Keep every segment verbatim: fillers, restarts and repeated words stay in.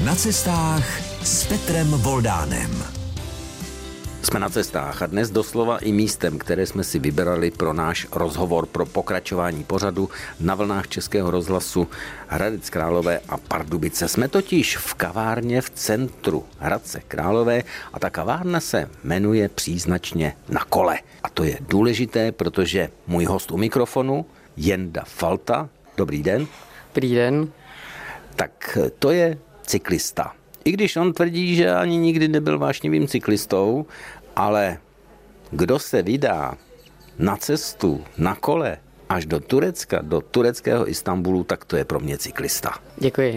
Na cestách s Petrem Voldánem. Jsme na cestách a dnes doslova i místem, které jsme si vybrali pro náš rozhovor pro pokračování pořadu na vlnách Českého rozhlasu Hradec Králové a Pardubice. Jsme totiž v kavárně v centru Hradce Králové a ta kavárna se jmenuje příznačně Na kole. A to je důležité, protože můj host u mikrofonu, Jenda Falta, dobrý den. Dobrý den. Tak to je cyklista. I když on tvrdí, že ani nikdy nebyl vášnivým cyklistou, ale kdo se vydá na cestu na kole až do Turecka, do tureckého Istanbulu, tak to je pro mě cyklista. Děkuji.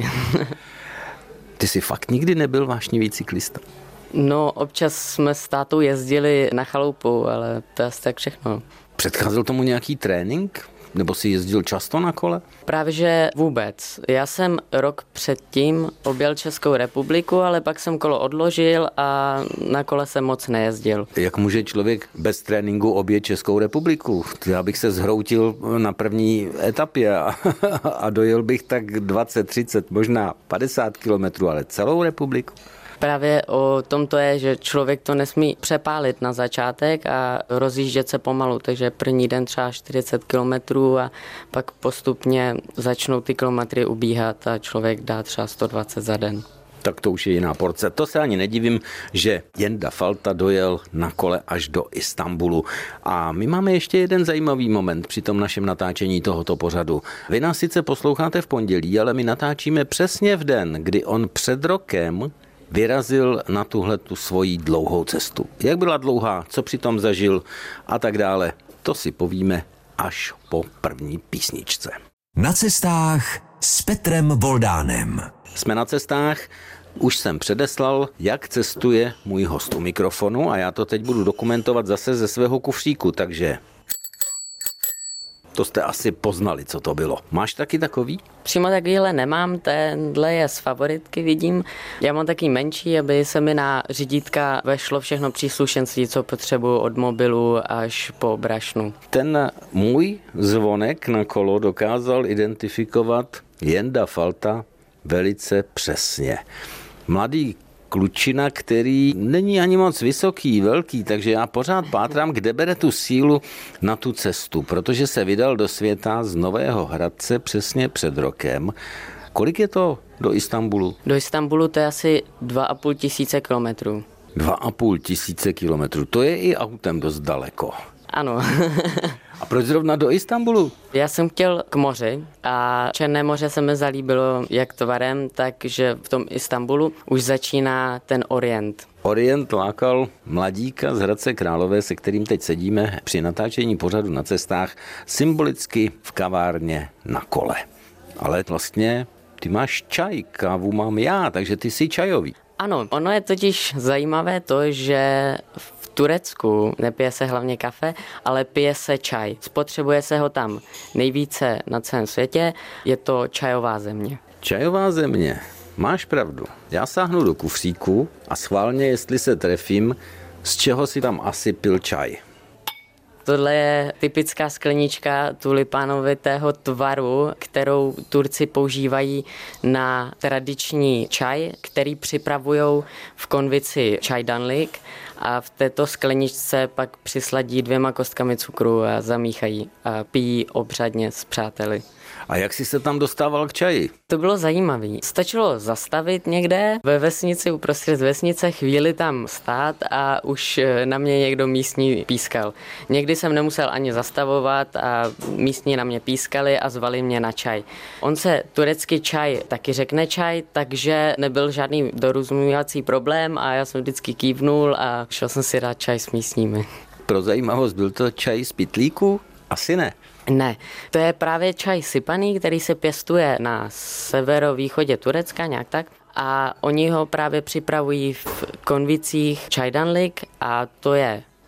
Ty jsi fakt nikdy nebyl vášnivý cyklista? No, občas jsme s tátou jezdili na chaloupu, ale to je asi tak všechno. Předcházel tomu nějaký trénink? Nebo jsi jezdil často na kole? Právě že vůbec. Já jsem rok předtím objel Českou republiku, ale pak jsem kolo odložil a na kole jsem moc nejezdil. Jak může člověk bez tréninku objet Českou republiku? Já bych se zhroutil na první etapě a, a dojel bych tak dvacet, třicet, možná padesát kilometrů, ale celou republiku. Právě o tom to je, že člověk to nesmí přepálit na začátek a rozjíždět se pomalu, takže první den třeba čtyřicet kilometrů a pak postupně začnou ty kilometry ubíhat a člověk dá třeba sto dvacet za den. Tak to už je jiná porce. To se ani nedivím, že Jenda Falta dojel na kole až do Istanbulu. A my máme ještě jeden zajímavý moment při tom našem natáčení tohoto pořadu. Vy nás sice posloucháte v pondělí, ale my natáčíme přesně v den, kdy on před rokem vyrazil na tuhle tu svoji dlouhou cestu. Jak byla dlouhá, co přitom zažil a tak dále, to si povíme až po první písničce. Na cestách s Petrem Voldánem. Jsme na cestách, už jsem předeslal, jak cestuje můj host u mikrofonu a já to teď budu dokumentovat zase ze svého kufříku, takže to jste asi poznali, co to bylo. Máš taky takový? Přímo takovýhle nemám, tenhle je z favoritky, vidím. Já mám taky menší, aby se mi na řídítka vešlo všechno příslušenství, co potřebuju od mobilu až po brašnu. Ten můj zvonek na kolo dokázal identifikovat Jenda Falta velice přesně. Mladý klučina, který není ani moc vysoký, velký, takže já pořád pátrám, kde bere tu sílu na tu cestu, protože se vydal do světa z Nového Hradce přesně před rokem. Kolik je to do Istanbulu? Do Istanbulu to je asi dva a půl tisíce kilometrů. Dva a půl tisíce kilometrů, to je i autem dost daleko. Ano. A proč zrovna do Istanbulu? Já jsem chtěl k moři a Černé moře se mi zalíbilo jak tvarem, takže v tom Istanbulu už začíná ten Orient. Orient lákal mladíka z Hradce Králové, se kterým teď sedíme při natáčení pořadu Na cestách, symbolicky v kavárně Na kole. Ale vlastně ty máš čaj, kávu mám já, takže ty jsi čajový. Ano, ono je totiž zajímavé to, že v Turecku nepije se hlavně kafe, ale pije se čaj. Spotřebuje se ho tam nejvíce na celém světě, je to čajová země. Čajová země, máš pravdu. Já sáhnu do kufříku a schválně, jestli se trefím, z čeho si tam asi pil čaj. Tohle je typická sklenička tulipánovitého tvaru, kterou Turci používají na tradiční čaj, který připravují v konvici čajdanlik a v této skleničce pak přisladí dvěma kostkami cukru a zamíchají a pijí obřadně s přáteli. A jak jsi se tam dostával k čaji? To bylo zajímavé. Stačilo zastavit někde ve vesnici, uprostřed vesnice, chvíli tam stát a už na mě někdo místní pískal. Někdy jsem nemusel ani zastavovat a místní na mě pískali a zvali mě na čaj. On se turecký čaj taky řekne čaj, takže nebyl žádný dorozuměvací problém a já jsem vždycky kývnul a šel jsem si dát čaj s místními. Pro zajímavost, byl to čaj z pytlíku? Asi ne. Ne, to je právě čaj sypaný, který se pěstuje na severovýchodě Turecka, nějak tak. A oni ho právě připravují v konvicích čajdanlik a to je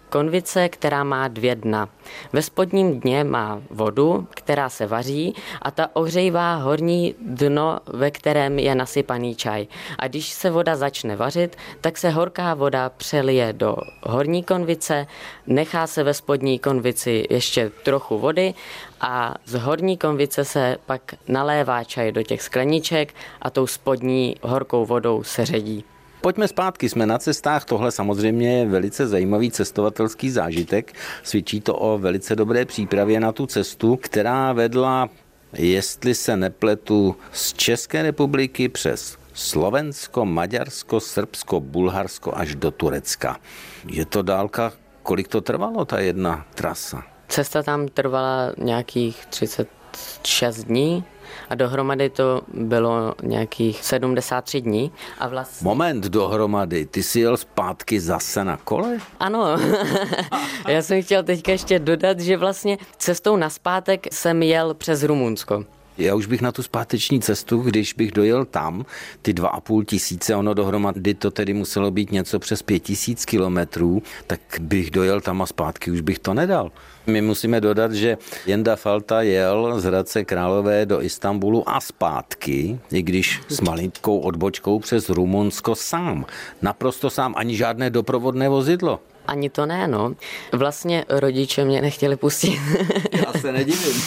konvice, která má dvě dna. Ve spodním dně má vodu, která se vaří a ta ohřejvá horní dno, ve kterém je nasypaný čaj. A když se voda začne vařit, tak se horká voda přelije do horní konvice, nechá se ve spodní konvici ještě trochu vody a z horní konvice se pak nalévá čaj do těch skleniček a tou spodní horkou vodou se ředí. Pojďme zpátky, jsme na cestách, tohle samozřejmě je velice zajímavý cestovatelský zážitek. Svědčí to o velice dobré přípravě na tu cestu, která vedla, jestli se nepletu, z České republiky přes Slovensko, Maďarsko, Srbsko, Bulharsko až do Turecka. Je to dálka, kolik to trvalo, ta jedna trasa? Cesta tam trvala nějakých třicet šest dní. A dohromady to bylo nějakých sedmdesát tři dní. A vlastně... Moment, dohromady, ty jsi jel zpátky zase na kole? Ano, já jsem chtěl teďka ještě dodat, že vlastně cestou nazpátek jsem jel přes Rumunsko. Já už bych na tu zpáteční cestu, když bych dojel tam, ty dva a půl tisíce, ono dohromady to tedy muselo být něco přes pět tisíc kilometrů, tak bych dojel tam a zpátky už bych to nedal. My musíme dodat, že Jenda Falta jel z Hradce Králové do Istanbulu a zpátky, i když s malinkou odbočkou přes Rumunsko sám. Naprosto sám, ani žádné doprovodné vozidlo. Ani to ne, no. Vlastně rodiče mě nechtěli pustit. Já se nedivím.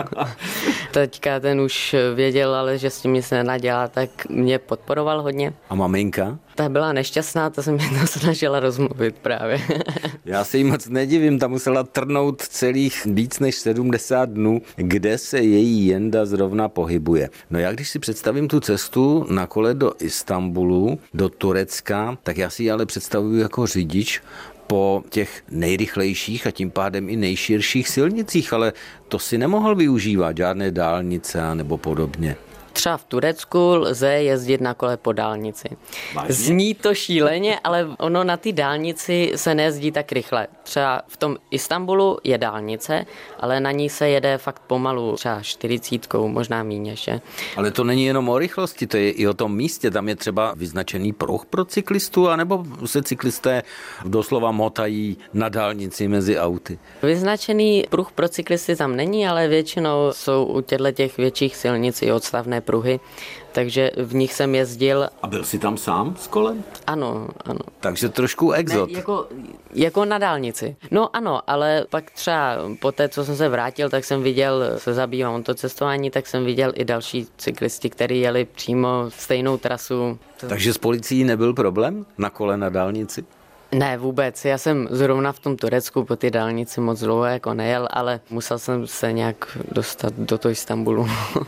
Teďka ten už věděl, ale že s tím nic nenadělá, tak mě podporoval hodně. A maminka? Ta byla nešťastná, ta se mě to snažila rozmluvit právě. Já se jí moc nedivím, ta musela trnout celých víc než sedmdesát dnů, kde se její Jenda zrovna pohybuje. No já když si představím tu cestu na kole do Istanbulu, do Turecka, tak já si ji ale představuji jako řidič po těch nejrychlejších a tím pádem i nejširších silnicích, ale to si nemohl využívat, žádné dálnice nebo podobně. Třeba v Turecku lze jezdit na kole po dálnici. Vážně? Zní to šíleně, ale ono na té dálnici se nejezdí tak rychle. Třeba v tom Istanbulu je dálnice, ale na ní se jede fakt pomalu, třeba čtyřicítkou, možná míň ještě. Ale to není jenom o rychlosti, to je i o tom místě. Tam je třeba vyznačený pruh pro cyklistu, anebo se cyklisté doslova motají na dálnici mezi auty? Vyznačený pruh pro cyklisty tam není, ale většinou jsou u těchto těch větších silnic i odstavné pruhy, takže v nich jsem jezdil. A byl jsi tam sám s kolem? Ano, ano. Takže trošku exot. Ne, jako, jako na dálnici. No ano, ale pak třeba po té, co jsem se vrátil, tak jsem viděl, se zabývám to cestování, tak jsem viděl i další cyklisty, kteří jeli přímo stejnou trasu. Takže s policií nebyl problém na kole na dálnici? Ne, vůbec. Já jsem zrovna v tom Turecku po ty dálnici moc dlouho jako nejel, ale musel jsem se nějak dostat do toho Istanbulu.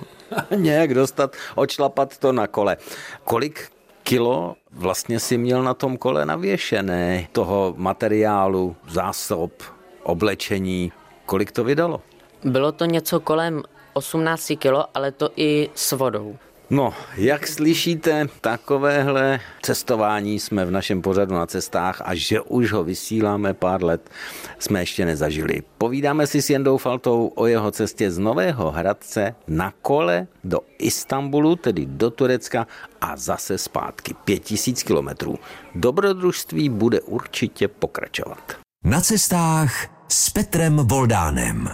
Nějak dostat, odšlapat to na kole. Kolik kilo vlastně si měl na tom kole navěšené toho materiálu, zásob, oblečení? Kolik to vydalo? Bylo to něco kolem osmnáct kilo, ale to i s vodou. No, jak slyšíte, takovéhle cestování jsme v našem pořadu na cestách a že už ho vysíláme pár let, jsme ještě nezažili. Povídáme si s Jendou Faltou o jeho cestě z Nového Hradce na kole do Istanbulu, tedy do Turecka a zase zpátky. Pět tisíc kilometrů. Dobrodružství bude určitě pokračovat. Na cestách s Petrem Voldánem.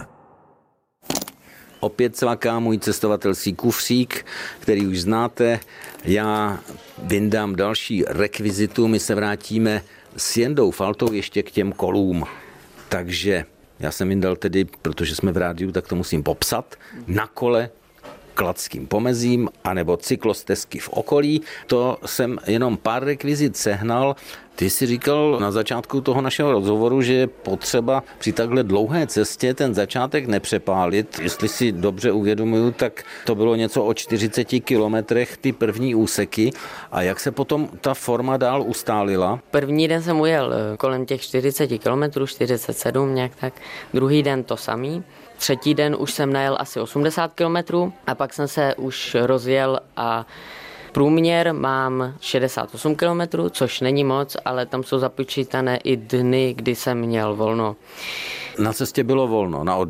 Opět cvaká můj cestovatelský kufřík, který už znáte. Já vyndám další rekvizitu, my se vrátíme s Jendou Faltou ještě k těm kolům. Takže já jsem vyndal tedy, protože jsme v rádiu, tak to musím popsat, na kole Kladským pomezím, anebo cyklostezky v okolí. To jsem jenom pár rekvizit sehnal. Ty jsi říkal na začátku toho našeho rozhovoru, že je potřeba při takhle dlouhé cestě ten začátek nepřepálit. Jestli si dobře uvědomuju, tak to bylo něco o čtyřiceti kilometrech ty první úseky. A jak se potom ta forma dál ustálila? První den jsem ujel kolem těch čtyřiceti kilometrů, čtyřicet sedm nějak tak. Druhý den to samý. Třetí den už jsem najel asi osmdesát kilometrů a pak jsem se už rozjel a průměr mám šedesát osm kilometrů, což není moc, ale tam jsou započítané i dny, kdy jsem měl volno. Na cestě bylo volno, na oddych?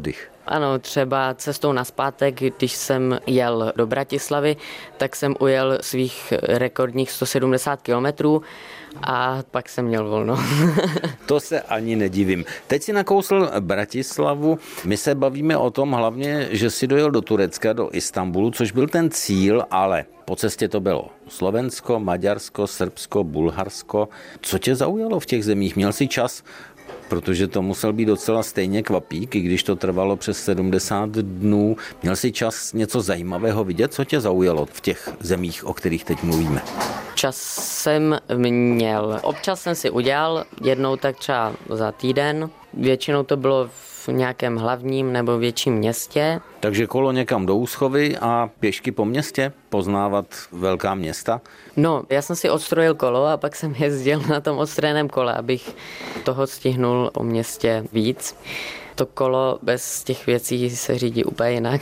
Ano, třeba cestou nazpátek, když jsem jel do Bratislavy, tak jsem ujel svých rekordních sto sedmdesát kilometrů a pak jsem měl volno. To se ani nedivím. Teď si nakousl Bratislavu. My se bavíme o tom hlavně, že si dojel do Turecka, do Istanbulu, což byl ten cíl, ale po cestě to bylo Slovensko, Maďarsko, Srbsko, Bulharsko. Co tě zaujalo v těch zemích? Měl jsi čas? Protože to musel být docela stejně kvapík, i když to trvalo přes sedmdesát dnů. Měl jsi čas něco zajímavého vidět? Co tě zaujalo v těch zemích, o kterých teď mluvíme? Čas jsem měl. Občas jsem si udělal, jednou tak třeba za týden. Většinou to bylo v nějakém hlavním nebo větším městě. Takže kolo někam do Úschovy a pěšky po městě, poznávat velká města? No, já jsem si odstrojil kolo a pak jsem jezdil na tom odstrojeném kole, abych toho stihnul po městě víc. To kolo bez těch věcí se řídí úplně jinak.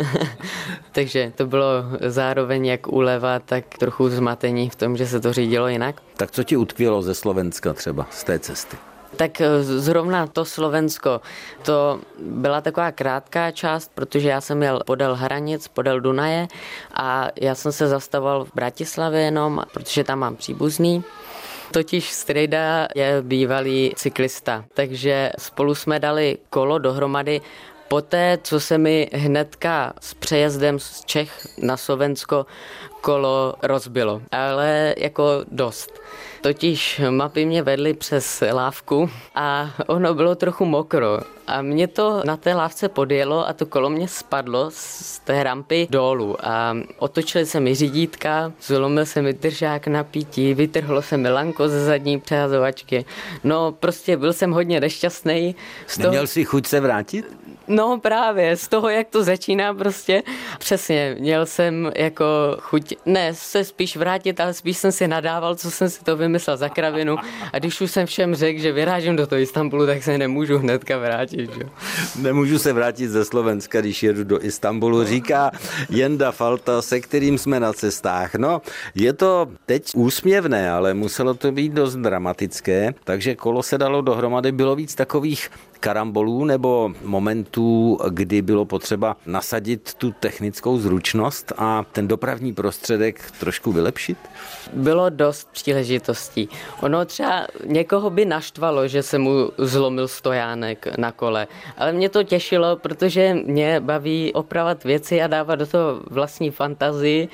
Takže to bylo zároveň jak úleva, tak trochu zmatení v tom, že se to řídilo jinak. Tak co ti utkvělo ze Slovenska třeba, z té cesty? Tak zrovna to Slovensko, to byla taková krátká část, protože já jsem jel podél hranic, podél Dunaje a já jsem se zastavoval v Bratislavě jenom, protože tam mám příbuzný. Totiž strejda je bývalý cyklista, takže spolu jsme dali kolo dohromady. Poté, co se mi hnedka s přejezdem z Čech na Slovensko kolo rozbilo, ale jako dost. Totiž mapy mě vedly přes lávku a ono bylo trochu mokro a mě to na té lávce podjelo a to kolo mě spadlo z té rampy dolů a otočily se mi řídítka, zlomil se mi držák napítí, vytrhlo se mi lanko ze zadní přehazovačky. No prostě byl jsem hodně nešťastný. Toho... Neměl jsi chuť se vrátit? No právě, z toho, jak to začíná prostě. Přesně, měl jsem jako chuť, ne se spíš vrátit, ale spíš jsem si nadával, co jsem si to vymyslel za kravinu. A když už jsem všem řekl, že vyrážím do toho Istanbulu, tak se nemůžu hnedka vrátit. Že? Nemůžu se vrátit ze Slovenska, když jedu do Istanbulu, říká Jenda Falta, se kterým jsme na cestách. No, je to teď úsměvné, ale muselo to být dost dramatické, takže kolo se dalo dohromady, bylo víc takových karambolů nebo momentů, kdy bylo potřeba nasadit tu technickou zručnost a ten dopravní prostředek trošku vylepšit? Bylo dost příležitostí. Ono třeba někoho by naštvalo, že se mu zlomil stojánek na kole, ale mě to těšilo, protože mě baví opravovat věci a dávat do toho vlastní fantazii.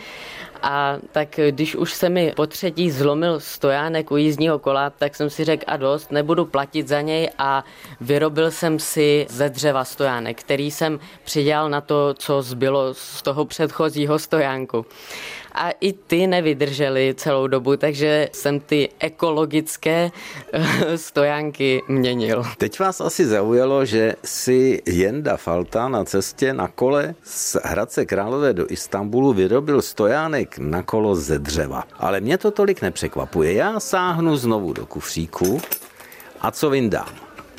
A tak když už se mi po třetí zlomil stojánek u jízdního kola, tak jsem si řekl a dost, nebudu platit za něj a vyrobil jsem si ze dřeva stojánek, který jsem přidělal na to, co zbylo z toho předchozího stojánku. A i ty nevydržely celou dobu, takže jsem ty ekologické stojánky měnil. Teď vás asi zaujalo, že si Jenda Falta na cestě na kole z Hradce Králové do Istanbulu vyrobil stojánek na kolo ze dřeva. Ale mě to tolik nepřekvapuje. Já sáhnu znovu do kufříku a co vyndám?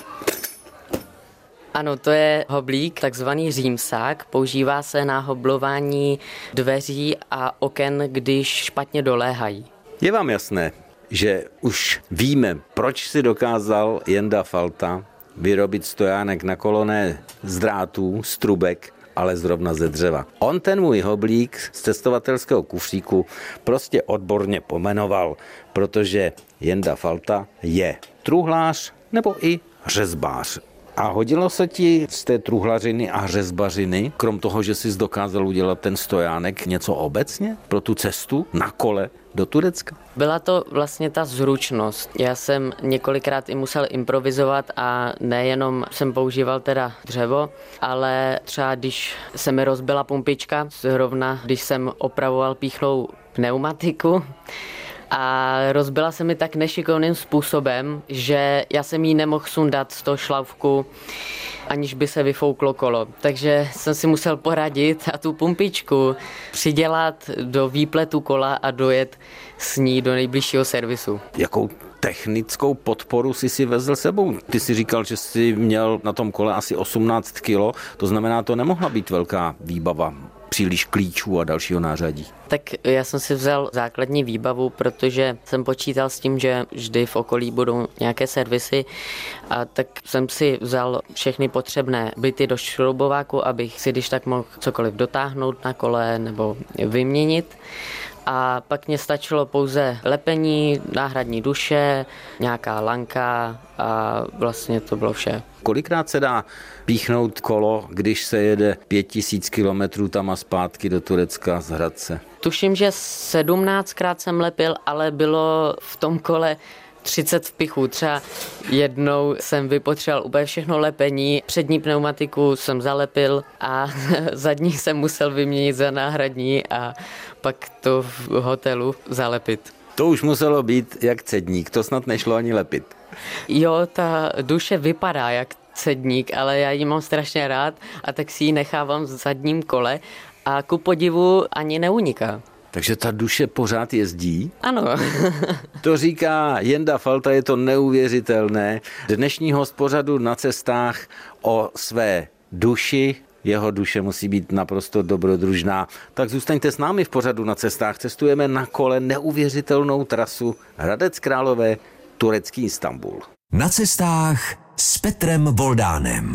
Ano, to je hoblík, takzvaný římsák. Používá se na hoblování dveří a oken, když špatně doléhají. Je vám jasné, že už víme, proč si dokázal Jenda Falta vyrobit stojánek na kolo ne z drátů, z trubek, ale zrovna ze dřeva. On ten můj hoblík z cestovatelského kufříku prostě odborně pomenoval, protože Jenda Falta je truhlář nebo i řezbář. A hodilo se ti z té truhlařiny a řezbařiny, krom toho, že jsi dokázal udělat ten stojánek, něco obecně pro tu cestu na kole do Turecka? Byla to vlastně ta zručnost. Já jsem několikrát i musel improvizovat a nejenom jsem používal teda dřevo, ale třeba když se mi rozbila pumpička, zrovna když jsem opravoval píchlou pneumatiku, a rozbila se mi tak nešikovným způsobem, že já jsem jí nemohl sundat z toho šlaufku, aniž by se vyfouklo kolo. Takže jsem si musel poradit a tu pumpičku přidělat do výpletu kola a dojet s ní do nejbližšího servisu. Jakou technickou podporu si si vezl sebou? Ty si říkal, že jsi měl na tom kole asi osmnáct kilo, to znamená, to nemohla být velká výbava. příliš klíčů a dalšího nářadí? Tak já jsem si vzal základní výbavu, protože jsem počítal s tím, že vždy v okolí budou nějaké servisy, a tak jsem si vzal všechny potřebné byty do šroubováku, abych si když tak mohl cokoliv dotáhnout na kole nebo vyměnit. A pak mě stačilo pouze lepení, náhradní duše, nějaká lanka a vlastně to bylo vše. Kolikrát se dá píchnout kolo, když se jede pět tisíc kilometrů tam a zpátky do Turecka z Hradce? Tuším, že sedmnáctkrát jsem lepil, ale bylo v tom kole třicet vpichů. Třeba jednou jsem vypotřeboval úplně všechno lepení, přední pneumatiku jsem zalepil a zadní jsem musel vyměnit za náhradní a pak to v hotelu zalepit. To už muselo být jak cedník, to snad nešlo ani lepit. Jo, ta duše vypadá jak cedník, ale já ji mám strašně rád a tak si ji nechávám v zadním kole a ku podivu ani neuniká. Takže ta duše pořád jezdí? Ano. To říká Jenda Falta, je to neuvěřitelné. Dnešní host pořadu Na cestách o své duši. Jeho duše musí být naprosto dobrodružná. Tak zůstaňte s námi v pořadu Na cestách. Cestujeme na kole neuvěřitelnou trasu Hradec Králové, turecký Istanbul. Na cestách s Petrem Voldánem.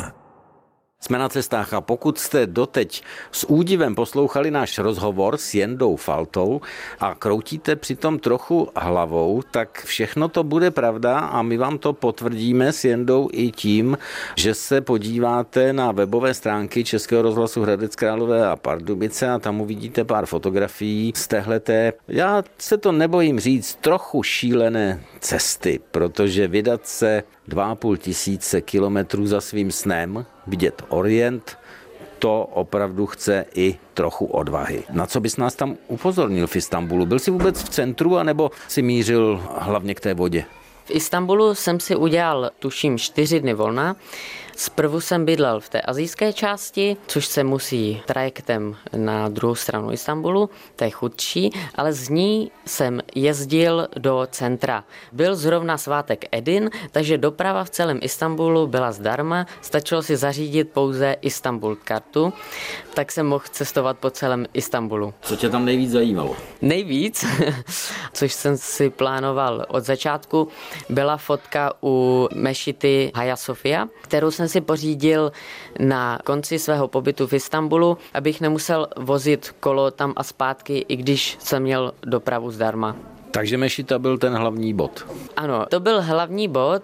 Jsme na cestách a pokud jste doteď s údivem poslouchali náš rozhovor s Jendou Faltou a kroutíte přitom trochu hlavou, tak všechno to bude pravda a my vám to potvrdíme s Jendou i tím, že se podíváte na webové stránky Českého rozhlasu Hradec Králové a Pardubice a tam uvidíte pár fotografií z téhleté, já se to nebojím říct, trochu šílené cesty, protože vydat se dva a půl tisíce kilometrů za svým snem, vidět Orient, to opravdu chce i trochu odvahy. Na co bys nás tam upozornil v Istanbulu? Byl jsi vůbec v centru, anebo si mířil hlavně k té vodě? V Istanbulu jsem si udělal, tuším, čtyři dny volna. Zprvu jsem bydlel v té asijské části, což se musí trajektem na druhou stranu Istanbulu, to je chudší, ale z ní jsem jezdil do centra. Byl zrovna svátek Edin, takže doprava v celém Istanbulu byla zdarma, stačilo si zařídit pouze Istanbul kartu, tak jsem mohl cestovat po celém Istanbulu. Co tě tam nejvíc zajímalo? Nejvíc, což jsem si plánoval od začátku, byla fotka u mešity Hagia Sofia, kterou jsem si pořídil na konci svého pobytu v Istanbulu, abych nemusel vozit kolo tam a zpátky, i když jsem měl dopravu zdarma. Takže mešita byl ten hlavní bod. Ano, to byl hlavní bod,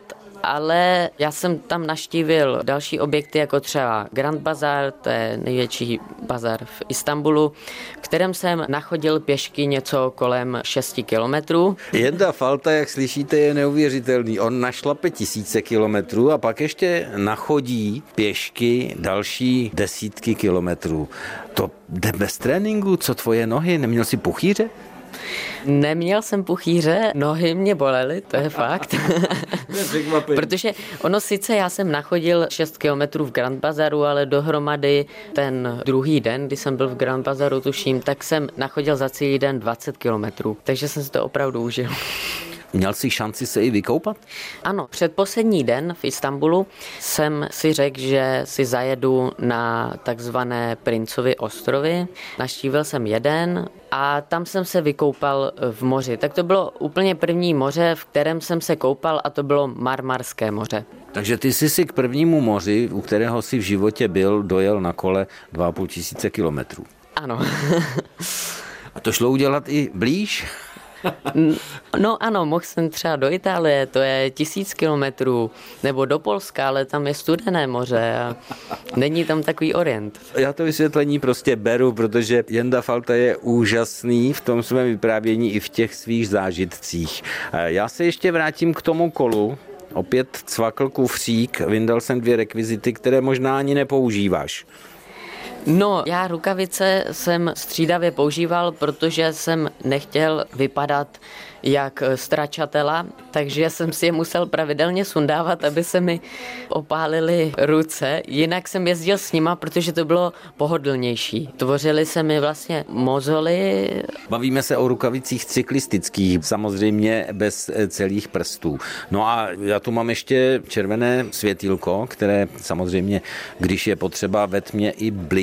ale já jsem tam navštívil další objekty, jako třeba Grand Bazar, to je největší bazar v Istanbulu, v kterém jsem nachodil pěšky něco kolem šesti kilometrů. Jenda Falta, jak slyšíte, je neuvěřitelný. On našlape tisíce kilometrů a pak ještě nachodí pěšky další desítky kilometrů. To jde bez tréninku? Co tvoje nohy? Neměl jsi puchýře? Neměl jsem puchýře, nohy mě bolely, to je fakt. Protože ono sice já jsem nachodil šest kilometrů v Grand Bazaru, ale dohromady ten druhý den, kdy jsem byl v Grand Bazaru, tuším, tak jsem nachodil za celý den dvacet kilometrů. Takže jsem si to opravdu užil. Měl jsi šanci se i vykoupat? Ano, předposlední den v Istanbulu jsem si řekl, že si zajedu na takzvané Princovy ostrovy. Navštívil jsem jeden a tam jsem se vykoupal v moři. Tak to bylo úplně první moře, v kterém jsem se koupal, a to bylo Marmarské moře. Takže ty jsi si k prvnímu moři, u kterého jsi v životě byl, dojel na kole dva a půl tisíce kilometrů. Ano. A to šlo udělat i blíž? No ano, mohl jsem třeba do Itálie, to je tisíc kilometrů, nebo do Polska, ale tam je studené moře a není tam takový orient. Já to vysvětlení prostě beru, protože Jenda Falta je úžasný v tom svém vyprávění i v těch svých zážitcích. Já se ještě vrátím k tomu kolu. Opět cvakl kufřík, vyndal jsem dvě rekvizity, které možná ani nepoužíváš. No, já rukavice jsem střídavě používal, protože jsem nechtěl vypadat jak stračatela, takže jsem si je musel pravidelně sundávat, aby se mi opálily ruce. Jinak jsem jezdil s nima, protože to bylo pohodlnější. Tvořily se mi vlastně mozoly. Bavíme se o rukavicích cyklistických, samozřejmě bez celých prstů. No a já tu mám ještě červené světýlko, které samozřejmě, když je potřeba ve tmě i blik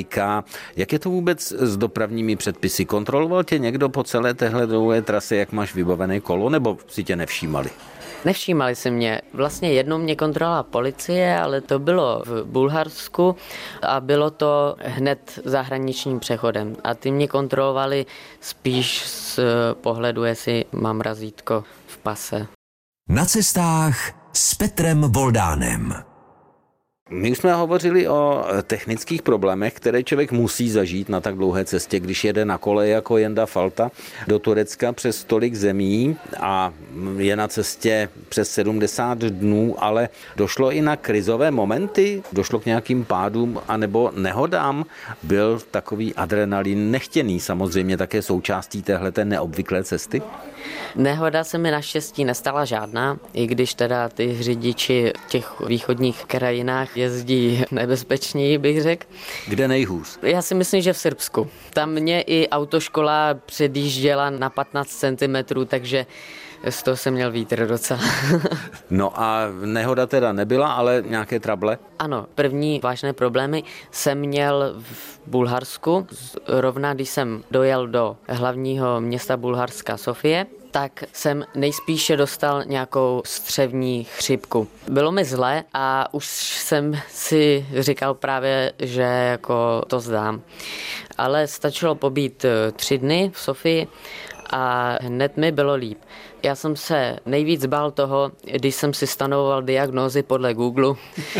jazyka. Jak je to vůbec s dopravními předpisy? Kontroloval tě někdo po celé téhle dlouhé trase, jak máš vybavené kolo, nebo si tě nevšímali? Nevšímali si mě. Vlastně jednou mě kontrolovala policie, ale to bylo v Bulharsku a bylo to hned zahraničním přechodem. A ty mě kontrolovali spíš z pohledu, jestli mám razítko v pase. Na cestách s Petrem Voldánem. My už jsme hovořili o technických problémech, které člověk musí zažít na tak dlouhé cestě, když jede na kole jako Jenda Falta do Turecka přes tolik zemí a je na cestě přes sedmdesát dnů, ale došlo i na krizové momenty, došlo k nějakým pádům anebo nehodám. Byl takový adrenalin nechtěný, samozřejmě také součástí téhleté neobvyklé cesty? Nehoda se mi naštěstí nestala žádná, i když teda ty řidiči v těch východních krajinách jezdí nebezpečněji, bych řekl. Kde nejhůř? Já si myslím, že v Srbsku. Tam mě i autoškola předjížděla na patnáct centimetrů, takže z toho jsem měl vítr docela. No a nehoda teda nebyla, ale nějaké trable? Ano, první vážné problémy jsem měl v Bulharsku. Rovna, když jsem dojel do hlavního města Bulharska Sofie, tak jsem nejspíše dostal nějakou střevní chřipku. Bylo mi zle a už jsem si říkal právě, že jako to zdám. Ale stačilo pobít tři dny v Sofii a hned mi bylo líp. Já jsem se nejvíc bál toho, když jsem si stanovoval diagnózy podle Google,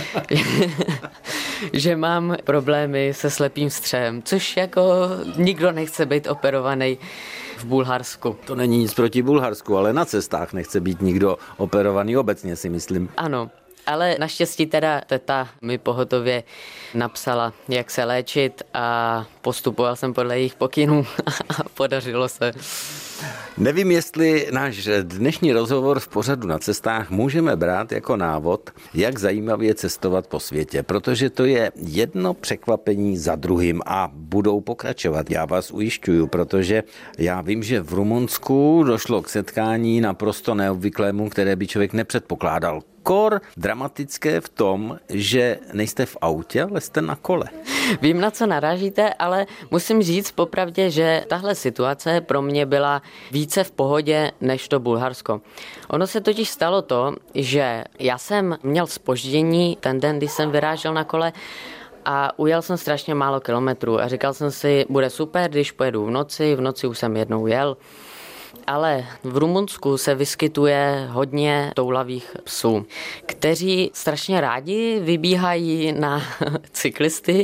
že mám problémy se slepým střevem, což jako nikdo nechce být operovaný v Bulharsku. To není nic proti Bulharsku, ale na cestách nechce být nikdo operovaný obecně, si myslím. Ano. Ale naštěstí teda teta mi pohotově napsala, jak se léčit a postupoval jsem podle jejich pokynů a podařilo se. Nevím, jestli náš dnešní rozhovor v pořadu Na cestách můžeme brát jako návod, jak zajímavě cestovat po světě, protože to je jedno překvapení za druhým a budou pokračovat. Já vás ujišťuju, protože já vím, že v Rumunsku došlo k setkání naprosto neobvyklému, které by člověk nepředpokládal. Kor dramatické v tom, že nejste v autě, ale jste na kole. Vím, na co narážíte, ale musím říct popravdě, že tahle situace pro mě byla více v pohodě než to Bulharsko. Ono se totiž stalo to, že já jsem měl zpoždění ten den, kdy jsem vyrážel na kole a ujel jsem strašně málo kilometrů a říkal jsem si, bude super, když pojedu v noci, v noci už jsem jednou jel. Ale v Rumunsku se vyskytuje hodně toulavých psů, kteří strašně rádi vybíhají na cyklisty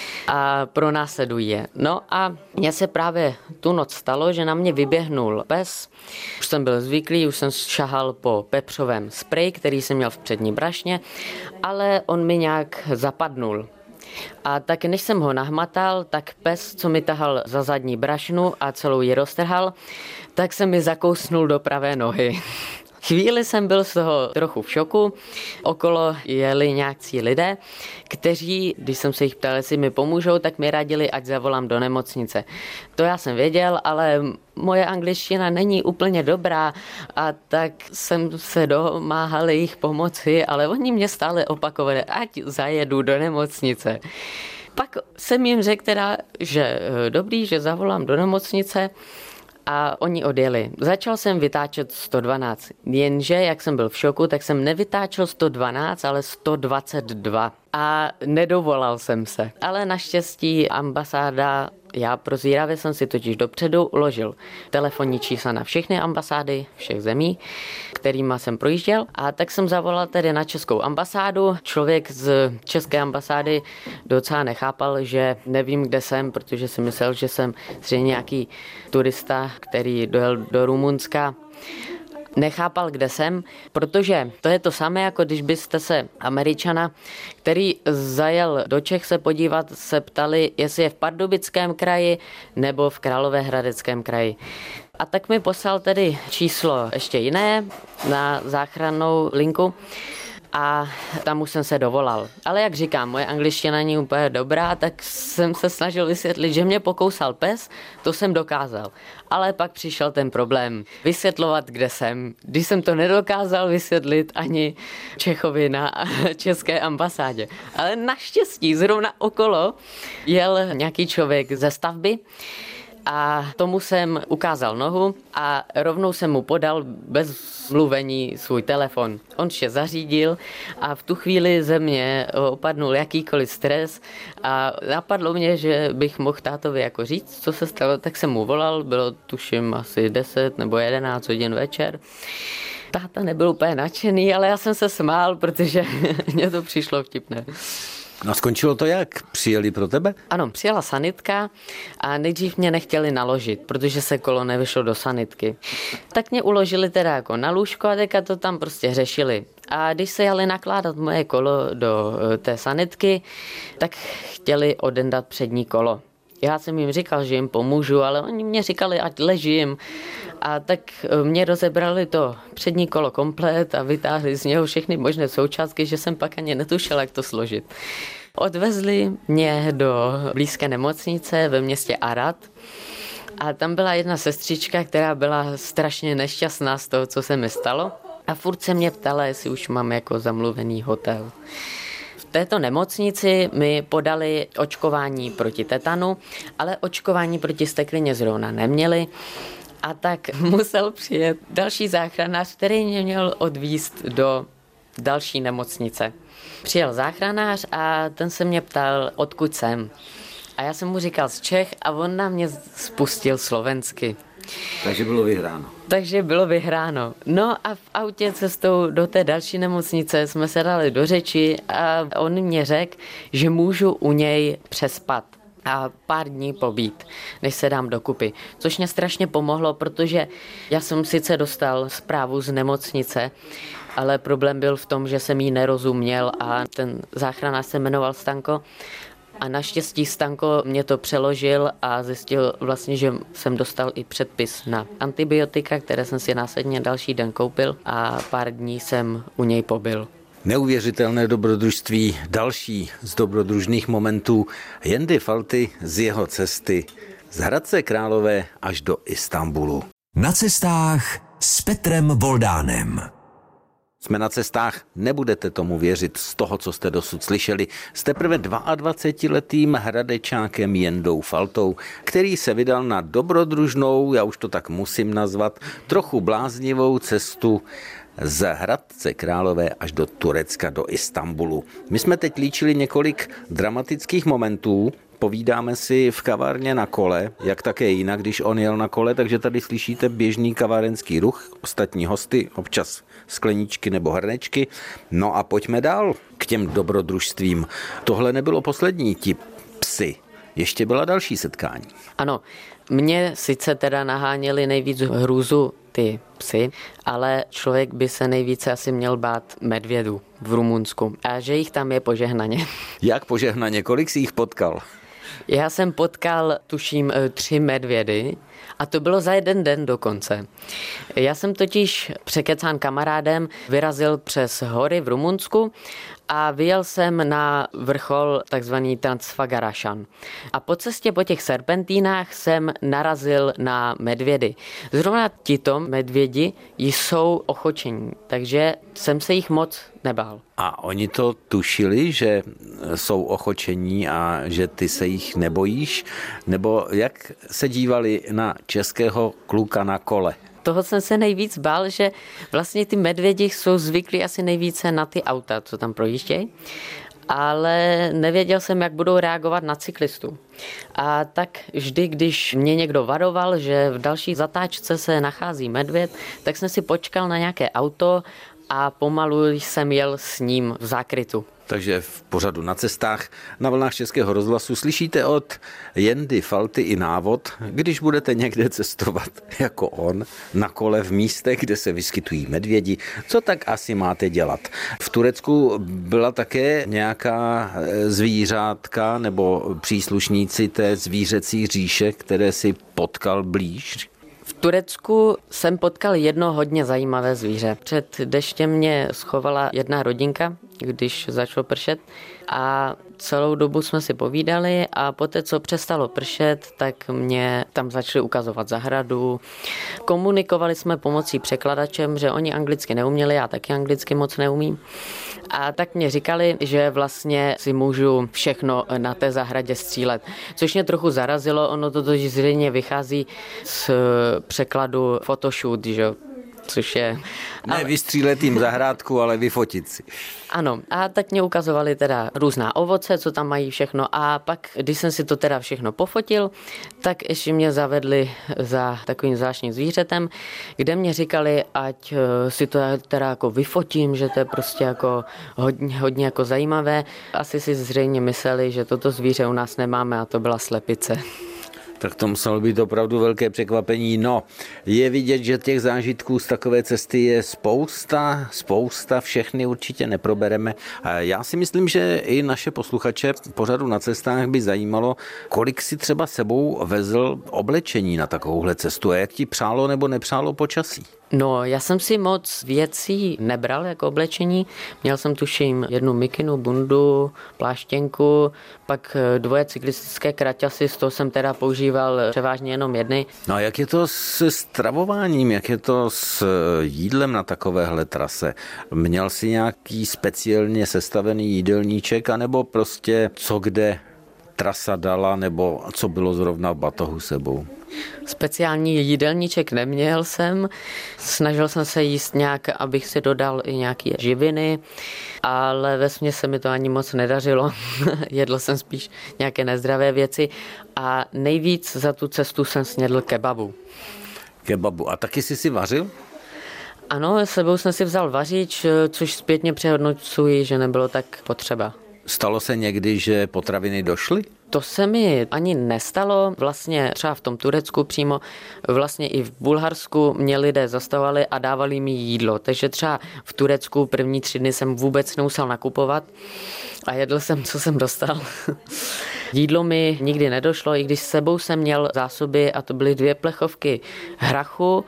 a pronásledují je. No a mně se právě tu noc stalo, že na mě vyběhnul pes. Už jsem byl zvyklý, už jsem šahal po pepřovém spreji, který jsem měl v přední brašně, ale on mi nějak zapadnul. A tak než jsem ho nahmatal, tak pes, co mi tahal za zadní brašnu a celou ji roztrhal, tak se mi zakousnul do pravé nohy. Chvíli jsem byl z toho trochu v šoku, okolo jeli nějací lidé, kteří, když jsem se jich ptal, jestli mi pomůžou, tak mi radili, ať zavolám do nemocnice. To já jsem věděl, ale moje angličtina není úplně dobrá a tak jsem se domáhal jejich pomoci, ale oni mě stále opakovali, ať zajedu do nemocnice. Pak jsem jim řekl teda, že dobrý, že zavolám do nemocnice, a oni odjeli. Začal jsem vytáčet sto dvanáct, jenže jak jsem byl v šoku, tak jsem nevytáčel sto dvanáct, ale sto dvacet dva a nedovolal jsem se. Ale naštěstí ambasáda, já prozíravě jsem si totiž dopředu uložil telefonní čísla na všechny ambasády všech zemí, kterýma jsem projížděl, a tak jsem zavolal tedy na českou ambasádu. Člověk z české ambasády docela nechápal, že nevím, kde jsem, protože si myslel, že jsem zřejmě nějaký turista, který dojel do Rumunska. Nechápal, kde jsem, protože to je to samé, jako když byste se Američana, který zajel do Čech se podívat, se ptali, jestli je v Pardubickém kraji nebo v Královéhradeckém kraji. A tak mi poslal tedy číslo ještě jiné na záchrannou linku a tam už jsem se dovolal. Ale jak říkám, moje angličtina není úplně dobrá, tak jsem se snažil vysvětlit, že mě pokousal pes, to jsem dokázal. Ale pak přišel ten problém vysvětlovat, kde jsem. Když jsem to nedokázal vysvětlit ani Čechovi na české ambasádě. Ale naštěstí zrovna okolo jel nějaký člověk ze stavby, a tomu jsem ukázal nohu a rovnou jsem mu podal bez mluvení svůj telefon. On vše zařídil a v tu chvíli ze mě opadnul jakýkoliv stres a napadlo mě, že bych mohl tátovi jako říct, co se stalo, tak jsem mu volal, bylo tuším asi deset nebo jedenáct hodin večer. Táta nebyl úplně nadšený, ale já jsem se smál, protože mně to přišlo vtipné. No skončilo to jak? Přijeli pro tebe? Ano, přijela sanitka a nejdřív mě nechtěli naložit, protože se kolo nevyšlo do sanitky. Tak mě uložili teda jako na lůžko a teďka to tam prostě řešili. A když se jeli nakládat moje kolo do té sanitky, tak chtěli odendat přední kolo. Já jsem jim říkal, že jim pomůžu, ale oni mě říkali, ať ležím. A tak mě rozebrali to přední kolo komplet a vytáhli z něho všechny možné součástky, že jsem pak ani netušil, jak to složit. Odvezli mě do blízké nemocnice ve městě Arad a tam byla jedna sestřička, která byla strašně nešťastná z toho, co se mi stalo. A furt se mě ptala, jestli už mám jako zamluvený hotel. V této nemocnici mi podali očkování proti tetanu, ale očkování proti steklině zrovna neměli. A tak musel přijet další záchranář, který mě měl odvízt do další nemocnice. Přijel záchranář a ten se mě ptal, odkud jsem. A já jsem mu říkal z Čech a on na mě spustil slovensky. Takže bylo vyhráno. Takže bylo vyhráno. No a v autě cestou do té další nemocnice jsme se dali do řeči a on mě řekl, že můžu u něj přespat a pár dní pobít, než se dám dokupy. Což mě strašně pomohlo, protože já jsem sice dostal zprávu z nemocnice, ale problém byl v tom, že jsem jí nerozuměl a ten záchranář se jmenoval Stanko. A naštěstí Stanko mě to přeložil a zjistil vlastně, že jsem dostal i předpis na antibiotika, které jsem si následně další den koupil a pár dní jsem u něj pobyl. Neuvěřitelné dobrodružství, další z dobrodružných momentů Jendy Falty z jeho cesty z Hradce Králové až do Istanbulu. Na cestách s Petrem Voldánem. Jsme na cestách, nebudete tomu věřit z toho, co jste dosud slyšeli, s teprve dvaadvacetiletým hradečákem Jendou Faltou, který se vydal na dobrodružnou, já už to tak musím nazvat, trochu bláznivou cestu z Hradce Králové až do Turecka, do Istanbulu. My jsme teď líčili několik dramatických momentů, povídáme si v kavárně na kole, jak také jinak, když on jel na kole, takže tady slyšíte běžný kavárenský ruch, ostatní hosty, občas skleničky nebo hrnečky. No a pojďme dál k těm dobrodružstvím. Tohle nebylo poslední, ti psi. Ještě byla další setkání. Ano, mě sice teda naháněli nejvíc hrůzu ty psy, ale člověk by se nejvíce asi měl bát medvědů v Rumunsku a že jich tam je požehnaně. Jak požehnaně? Kolik jsi jich potkal? Já jsem potkal, tuším, tři medvědy a to bylo za jeden den dokonce. Já jsem totiž překecán kamarádem vyrazil přes hory v Rumunsku a vyjel jsem na vrchol takzvaný Transfagarašan. A po cestě po těch serpentínách jsem narazil na medvědy. Zrovna tito medvědi jsou ochočení, takže jsem se jich moc nebál. A oni to tušili, že jsou ochočení a že ty se jich nebojíš? Nebo jak se dívali na českého kluka na kole? Toho jsem se nejvíc bál, že vlastně ty medvědi jsou zvyklí asi nejvíce na ty auta, co tam projíždějí, ale nevěděl jsem, jak budou reagovat na cyklistu. A tak vždy, když mě někdo varoval, že v další zatáčce se nachází medvěd, tak jsem si počkal na nějaké auto a pomalu jsem jel s ním v zákrytu. Takže v pořadu Na cestách na vlnách Českého rozhlasu slyšíte od Jendy Falty i návod, když budete někde cestovat jako on na kole v místech, kde se vyskytují medvědi, co tak asi máte dělat. V Turecku byla také nějaká zvířátka nebo příslušníci té zvířecí říše, které si potkal blíž? V Turecku jsem potkal jedno hodně zajímavé zvíře. Před deštěm mě schovala jedna rodinka, když začalo pršet, a celou dobu jsme si povídali a poté, co přestalo pršet, tak mě tam začali ukazovat zahradu. Komunikovali jsme pomocí překladačem, že oni anglicky neuměli, já taky anglicky moc neumím. A tak mě říkali, že vlastně si můžu všechno na té zahradě střílet. Což mě trochu zarazilo, ono to totiž zřejmě vychází z překladu photoshoot, že? Což je... Ne ale... vystřílet jim zahrádku, ale vyfotit si. Ano, a tak mě ukazovali teda různá ovoce, co tam mají všechno, a pak, když jsem si to teda všechno pofotil, tak ještě mě zavedli za takovým zvláštním zvířetem, kde mě říkali, ať si to teda jako vyfotím, že to je prostě jako hodně, hodně jako zajímavé. Asi si zřejmě mysleli, že toto zvíře u nás nemáme, a to byla slepice. Tak to muselo být opravdu velké překvapení. No, je vidět, že těch zážitků z takové cesty je spousta, spousta, všechny určitě neprobereme. Já si myslím, že i naše posluchače pořadu Na cestách by zajímalo, kolik si třeba sebou vezl oblečení na takovouhle cestu a jak ti přálo nebo nepřálo počasí. No, já jsem si moc věcí nebral jako oblečení. Měl jsem tuším jednu mikinu, bundu, pláštěnku, pak dvoje cyklistické kraťasy, z toho jsem teda používal převážně jenom jedny. No a jak je to s stravováním, jak je to s jídlem na takovéhle trase? Měl jsi nějaký speciálně sestavený jídelníček, anebo prostě co kde trasa dala, nebo co bylo zrovna v batohu sebou? Speciální jídelníček neměl jsem, snažil jsem se jíst nějak, abych si dodal i nějaké živiny, ale vesměs se mi to ani moc nedařilo, jedl jsem spíš nějaké nezdravé věci a nejvíc za tu cestu jsem snědl kebabu. Kebabu, a taky jsi si vařil? Ano, s sebou jsem si vzal vařič, což zpětně přehodnocuji, že nebylo tak potřeba. Stalo se někdy, že potraviny došly? To se mi ani nestalo, vlastně třeba v tom Turecku přímo, vlastně i v Bulharsku mě lidé zastavovali a dávali mi jídlo, takže třeba v Turecku první tři dny jsem vůbec nemusel nakupovat a jedl jsem, co jsem dostal. Jídlo mi nikdy nedošlo, i když s sebou jsem měl zásoby a to byly dvě plechovky hrachu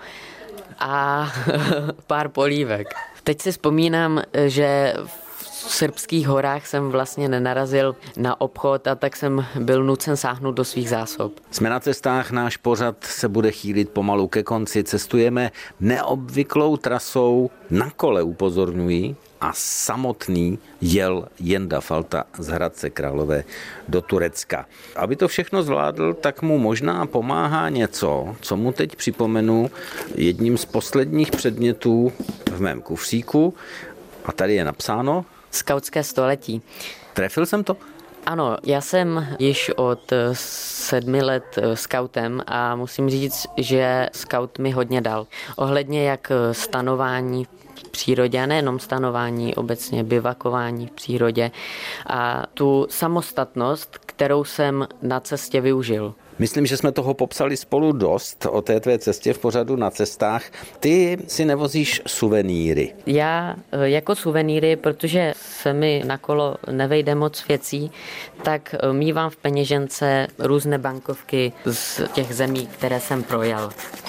a pár polívek. Teď si vzpomínám, že v srbských horách jsem vlastně nenarazil na obchod a tak jsem byl nucen sáhnout do svých zásob. Jsme na cestách, náš pořad se bude chýlit pomalu ke konci. Cestujeme neobvyklou trasou, na kole upozorňuji, a samotný jel Jenda Falta z Hradce Králové do Turecka. Aby to všechno zvládl, tak mu možná pomáhá něco, co mu teď připomenu jedním z posledních předmětů v mém kufříku. A tady je napsáno Skautské století. Trefil jsem to? Ano, já jsem již od sedmi let skautem a musím říct, že skaut mi hodně dal. Ohledně jak stanování v přírodě, a nejenom stanování, obecně bivakování v přírodě a tu samostatnost, kterou jsem na cestě využil. Myslím, že jsme toho popsali spolu dost o té tvé cestě v pořadu Na cestách. Ty si nevozíš suvenýry. Já jako suvenýry, protože se mi na kolo nevejde moc věcí, tak mívám v peněžence různé bankovky z těch zemí, které jsem projel.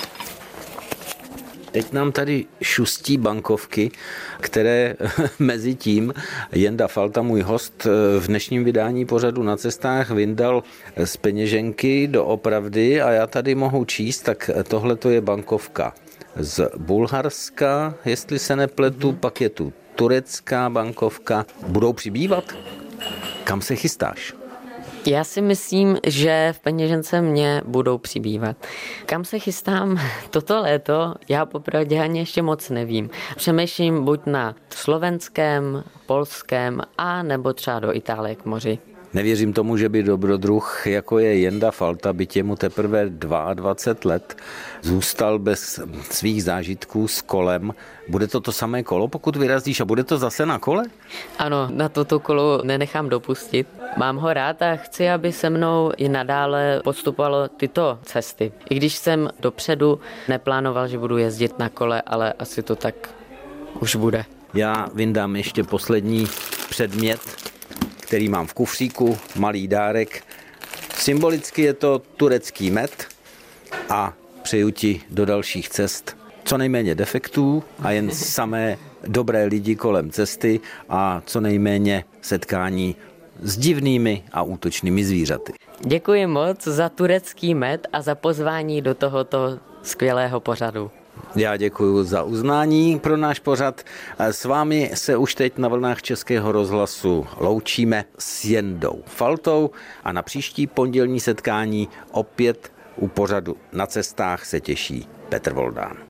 Teď nám tady šustí bankovky, které mezi tím Jenda Falta, můj host v dnešním vydání pořadu Na cestách, vyndal z peněženky doopravdy a já tady mohu číst, tak tohle to je bankovka z Bulharska, jestli se nepletu, pak je tu turecká bankovka. Budou přibývat? Kam se chystáš? Já si myslím, že v peněžence mě budou přibývat. Kam se chystám toto léto, já popravdě ani ještě moc nevím. Přemýšlím buď na slovenském, polském a nebo třeba do Itálie k moři. Nevěřím tomu, že by dobrodruh, jako je Jenda Falta, byť je mu teprve dvacet dva let, zůstal bez svých zážitků s kolem. Bude to to samé kolo, pokud vyrazíš, a bude to zase na kole? Ano, na toto kolo nenechám dopustit. Mám ho rád a chci, aby se mnou i nadále postupovalo tyto cesty. I když jsem dopředu neplánoval, že budu jezdit na kole, ale asi to tak už bude. Já vyndám ještě poslední předmět, který mám v kufříku, malý dárek. Symbolicky je to turecký med a přeju ti do dalších cest co nejméně defektů a jen samé dobré lidi kolem cesty a co nejméně setkání s divnými a útočnými zvířaty. Děkuji moc za turecký med a za pozvání do tohoto skvělého pořadu. Já děkuji za uznání pro náš pořad. S vámi se už teď na vlnách Českého rozhlasu loučíme s Jendou Faltou a na příští pondělní setkání opět u pořadu Na cestách se těší Petr Voldán.